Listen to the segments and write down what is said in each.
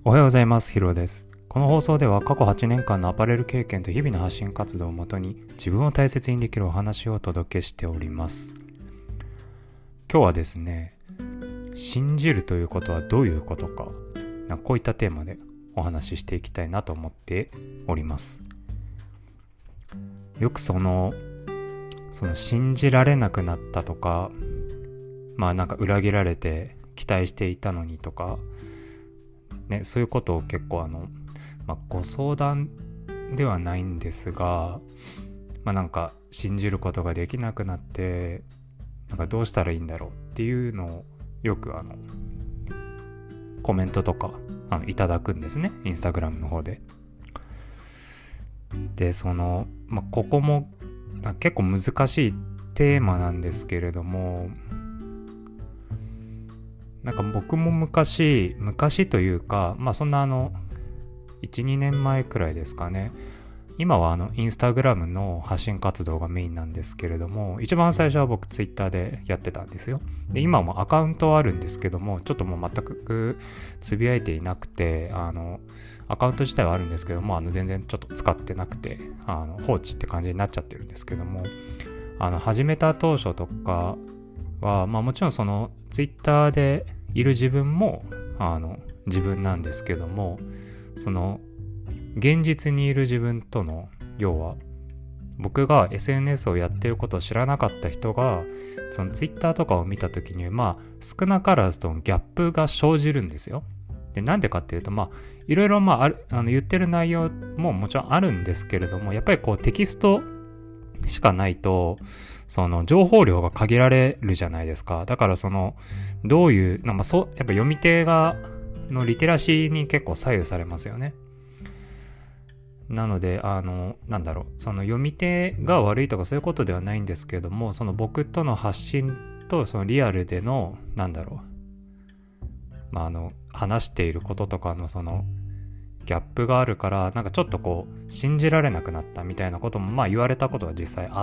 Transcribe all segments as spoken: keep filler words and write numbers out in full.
おはようございます。ヒロです。この放送では過去はちねんかんのアパレル経験と日々の発信活動をもとに自分を大切にできるお話をお届けしております。今日はですね、信じるということはどういうことか、なんかこういったテーマでお話ししていきたいなと思っております。よくそのその信じられなくなったとか、まあなんか裏切られて期待していたのにとかね、そういうことを結構あの、まあ、ご相談ではないんですが、まあなんか信じることができなくなってなんかどうしたらいいんだろうっていうのをよくあのコメントとかあのいただくんですね、インスタグラムの方で。でその、まあ、ここも結構難しいテーマなんですけれども、なんか僕も昔昔というか、まあそんなあの いちにねんまえくらいですかね。今はあのインスタグラムの発信活動がメインなんですけれども、一番最初は僕ツイッターでやってたんですよ。で今もアカウントはあるんですけども、ちょっともう全くつぶやいていなくて、あのアカウント自体はあるんですけども、あの全然ちょっと使ってなくて、あの放置って感じになっちゃってるんですけども、あの始めた当初とかは、まあもちろんそのツイッターでいる自分もあの自分なんですけども、その現実にいる自分との、要は僕が エスエヌエス をやってることを知らなかった人がそのツイッターとかを見た時に、まあ少なからずとギャップが生じるんですよ。でなんでかっていうと、まあいろいろまああるあの言ってる内容ももちろんあるんですけれども、やっぱりこうテキストしかないとその情報量が限られるじゃないですか。だからそのどういう、まあ、そうやっぱ読み手がのリテラシーに結構左右されますよね。なのであのなんだろう、その読み手が悪いとかそういうことではないんですけども、その僕との発信とそのリアルでのなんだろう、まああの話していることとかのそのギャップがあるから、なんかちょっとこう信じられなくなったみたいなこともまあ言われたことは実際あって、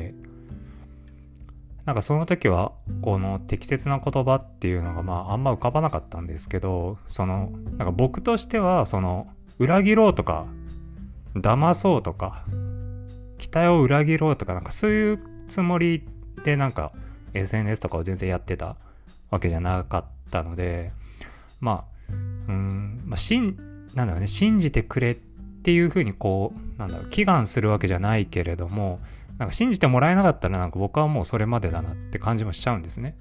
なんかその時はこの適切な言葉っていうのがまああんま浮かばなかったんですけど、そのなんか僕としてはその裏切ろうとか騙そうとか期待を裏切ろうとか、なんかそういうつもりでなんか エスエヌエス とかを全然やってたわけじゃなかったので、まあうーんまあしんなんだろうね、信じてくれっていう風にこうなんだろう祈願するわけじゃないけれども、なんか信じてもらえなかったらなんか僕はもうそれまでだなって感じもしちゃうんですね。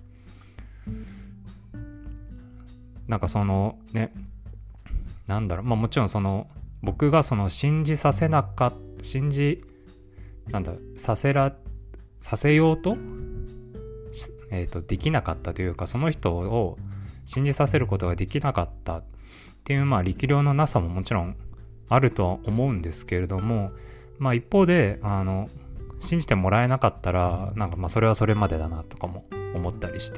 なんかそのね、なんだろう、まあもちろんその僕がその信じさせなかった信じなんださせらさせようとえっとできなかったというか、その人を信じさせることができなかったっていうまあ力量のなさももちろんあるとは思うんですけれども、まあ一方であの信じてもらえなかったらなんかまあそれはそれまでだなとかも思ったりして、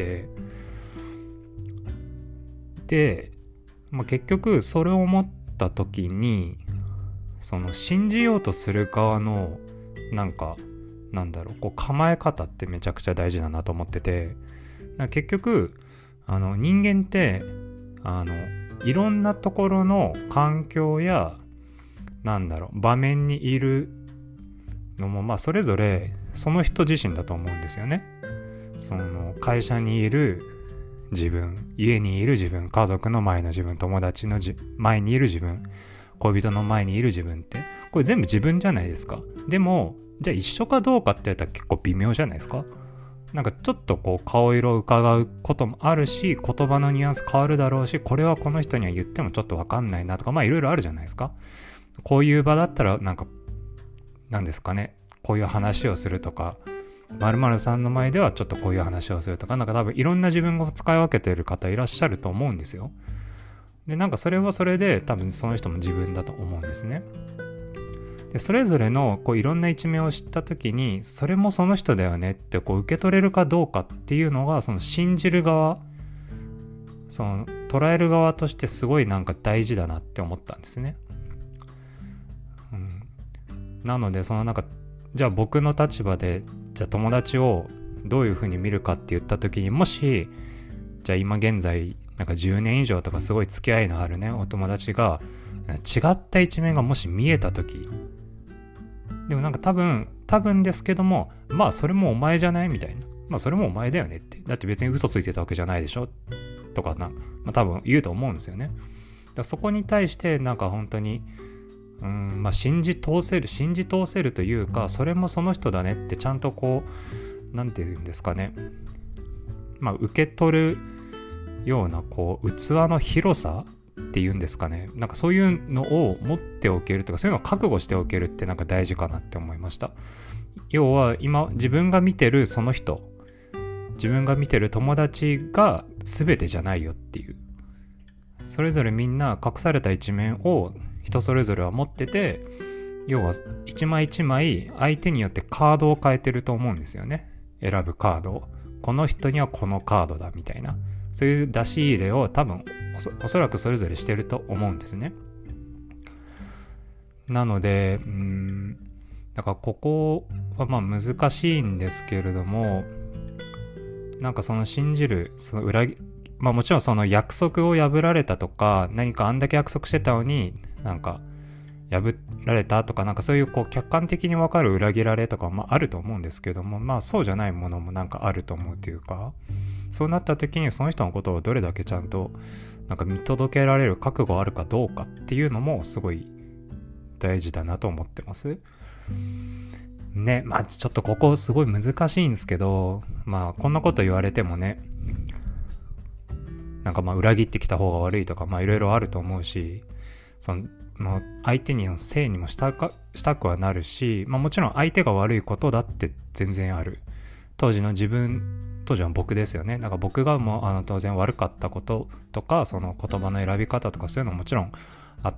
で、まあ、結局それを思った時にその信じようとする側のなんかなんだろうこう構え方ってめちゃくちゃ大事だなと思ってて、結局あの人間ってあのいろんなところの環境やなんだろう場面にいるのもまあそれぞれその人自身だと思うんですよね。その会社にいる自分、家にいる自分、家族の前の自分、友達のじ前にいる自分、恋人の前にいる自分ってこれ全部自分じゃないですか。でもじゃあ一緒かどうかって言ったら結構微妙じゃないですか。なんかちょっとこう顔色を伺うこともあるし、言葉のニュアンス変わるだろうし、これはこの人には言ってもちょっと分かんないなとか、まあいろいろあるじゃないですか。こういう場だったらなんかなんですかね、こういう話をするとか、〇〇さんの前ではちょっとこういう話をするとか、なんか多分いろんな自分を使い分けている方いらっしゃると思うんですよ。でなんかそれはそれで多分その人も自分だと思うんですね。でそれぞれのこういろんな一面を知った時に、それもその人だよねってこう受け取れるかどうかっていうのが、その信じる側、その捉える側としてすごいなんか大事だなって思ったんですね。うん、なのでそのなんかじゃあ僕の立場でじゃあ友達をどういうふうに見るかって言った時に、もしじゃあ今現在なんかじゅうねん以上とかすごい付き合いのあるねお友達が違った一面がもし見えた時、でもなんか多分多分ですけども、まあそれもお前じゃないみたいな、まあそれもお前だよねって、だって別に嘘ついてたわけじゃないでしょとかな、まあ、多分言うと思うんですよね。だそこに対してなんか本当にうーん、まあ信じ通せる信じ通せるというか、それもその人だねってちゃんとこうなんていうんですかね、まあ受け取るようなこう器の広さっていうんですかね、なんかそういうのを持っておけるとか、そういうのを覚悟しておけるってなんか大事かなって思いました。要は今自分が見てるその人、自分が見てる友達が全てじゃないよっていう、それぞれみんな隠された一面を人それぞれは持ってて、要は一枚一枚相手によってカードを変えてると思うんですよね。選ぶカードを、この人にはこのカードだみたいな、そういう出し入れを多分 おそ, おそらくそれぞれしてると思うんですね。なのでうーんだからここはまあ難しいんですけれども、なんかその信じるその裏切まあもちろんその約束を破られたとか、何かあんだけ約束してたのになんか破られたとか、なんかそういうこう客観的に分かる裏切られとかもあると思うんですけども、まあそうじゃないものもなんかあると思うというか、そうなった時にその人のことをどれだけちゃんとなんか見届けられる覚悟あるかどうかっていうのもすごい大事だなと思ってますね。まあちょっとここすごい難しいんですけど、まあこんなこと言われてもね、なんかまあ裏切ってきた方が悪いとか、まあいろいろあると思うし、その相手にのせいにもしたかしたくはなるし、まあもちろん相手が悪いことだって全然ある。当時の自分当時は僕ですよね。なんか僕がもうあの当然悪かったこととか、その言葉の選び方とかそういうのももちろんあって、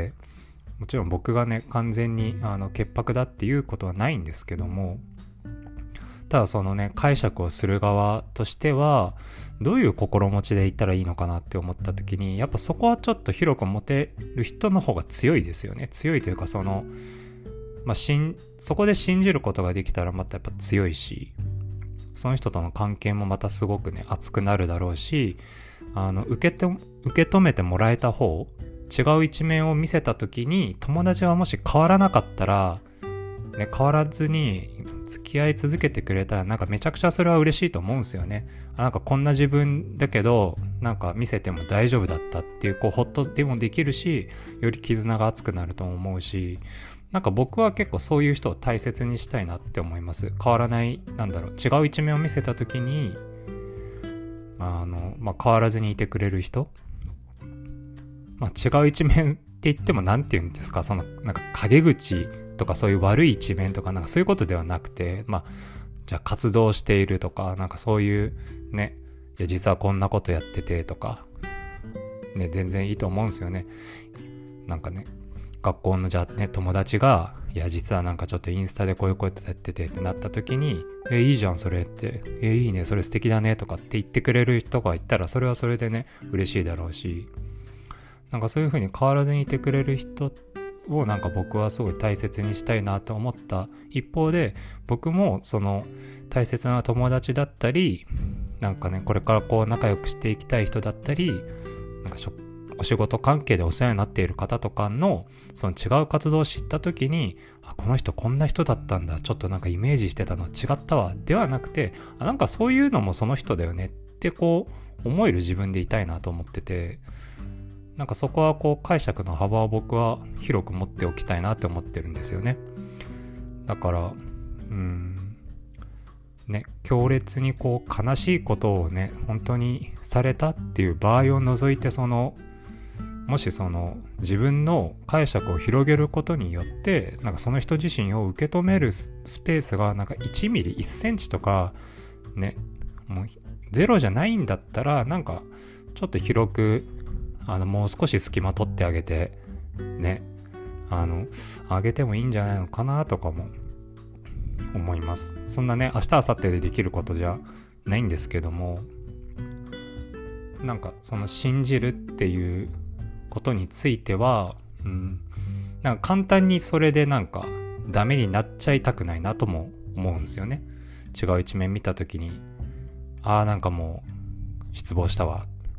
もちろん僕がね完全にあの潔白だっていうことはないんですけども、ただそのね解釈をする側としてはどういう心持ちでいったらいいのかなって思った時に、やっぱそこはちょっと広く持てる人の方が強いですよね。強いというかそのまあしんそこで信じることができたらまたやっぱ強いし、その人との関係もまたすごくね熱くなるだろうし、あの受けて受け止めてもらえた方、違う一面を見せた時に友達がもし変わらなかったら、ね、変わらずに付き合い続けてくれたらなんかめちゃくちゃそれは嬉しいと思うんですよね。なんかこんな自分だけどなんか見せても大丈夫だったっていう、こうホッとでもできるし、より絆が熱くなると思うし、なんか僕は結構そういう人を大切にしたいなって思います。変わらない、なんだろう、違う一面を見せた時にあの、まあ、変わらずにいてくれる人、まあ、違う一面って言ってもなんて言うんですか、そのなんか陰口とかそういう悪い一面とかなんかそういうことではなくて、まあじゃあ活動しているとか、なんかそういうね、いや実はこんなことやっててとかね、全然いいと思うんですよね。なんかね、学校のじゃあね友達がいや実はなんかちょっとインスタでこういうことやっててってなった時に、えいいじゃんそれって、えいいねそれ素敵だねとかって言ってくれる人がいたら、それはそれでね嬉しいだろうし、なんかそういう風に変わらずにいてくれる人をなんか僕はすごい大切にしたいなと思った一方で、僕もその大切な友達だったり、なんかねこれからこう仲良くしていきたい人だったり、なんかお仕事関係でお世話になっている方とかのその違う活動を知った時に、あこの人こんな人だったんだ、ちょっとなんかイメージしてたのは違ったわではなくて、あなんかそういうのもその人だよねってこう思える自分でいたいなと思ってて、なんかそこはこう解釈の幅を僕は広く持っておきたいなって思ってるんですよね。だからうーんね、強烈にこう悲しいことをね本当にされたっていう場合を除いて、そのもしその自分の解釈を広げることによってなんかその人自身を受け止めるスペースがなんかいちミリいっセンチとかね、もうゼロじゃないんだったら、なんかちょっと広くあのもう少し隙間取ってあげてね、あのあげてもいいんじゃないのかなとかも思います。そんなね明日明後日でできることじゃないんですけども、なんかその信じるっていうことについては、うん、なんか簡単にそれでなんかダメになっちゃいたくないなとも思うんですよね。違う一面見た時に、ああなんかもう失望したわ、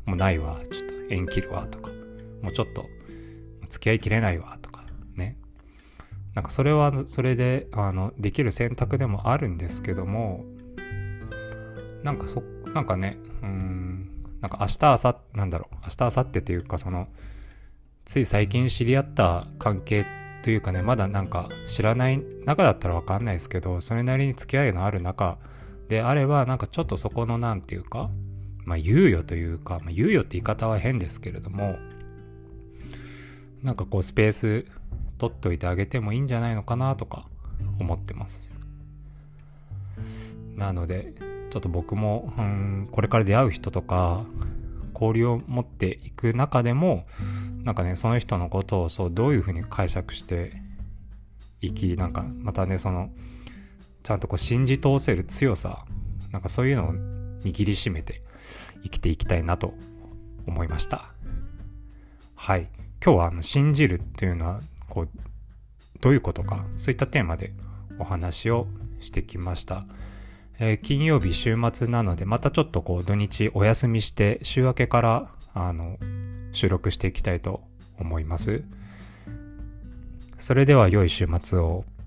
もうないわ、ちょっと縁切るわとか、もうちょっと付き合いきれないわとかね。なんかそれはそれであのできる選択でもあるんですけども、なんかそなんかね、うーんなんか明日明後なんだろう明日明後日というか、そのつい最近知り合った関係というかね、まだなんか知らない中だったらわかんないですけど、それなりに付き合いのある中であれば、なんかちょっとそこのなんていうか、まあ猶予というか、まあ、猶予って言い方は変ですけれども、なんかこうスペース取っといてあげてもいいんじゃないのかなとか思ってます。なのでちょっと僕もうーんこれから出会う人とか交流を持っていく中でも、なんかねその人のことをそうどういうふうに解釈していき、なんかまたねそのちゃんとこう信じ通せる強さ、なんかそういうのを握りしめて生きていきたいなと思いました。はい、今日はあの信じるっていうのはこうどういうことか、そういったテーマでお話をしてきました。えー、金曜日週末なので、またちょっとこう土日お休みして週明けからあの収録していきたいと思います。それでは良い週末を。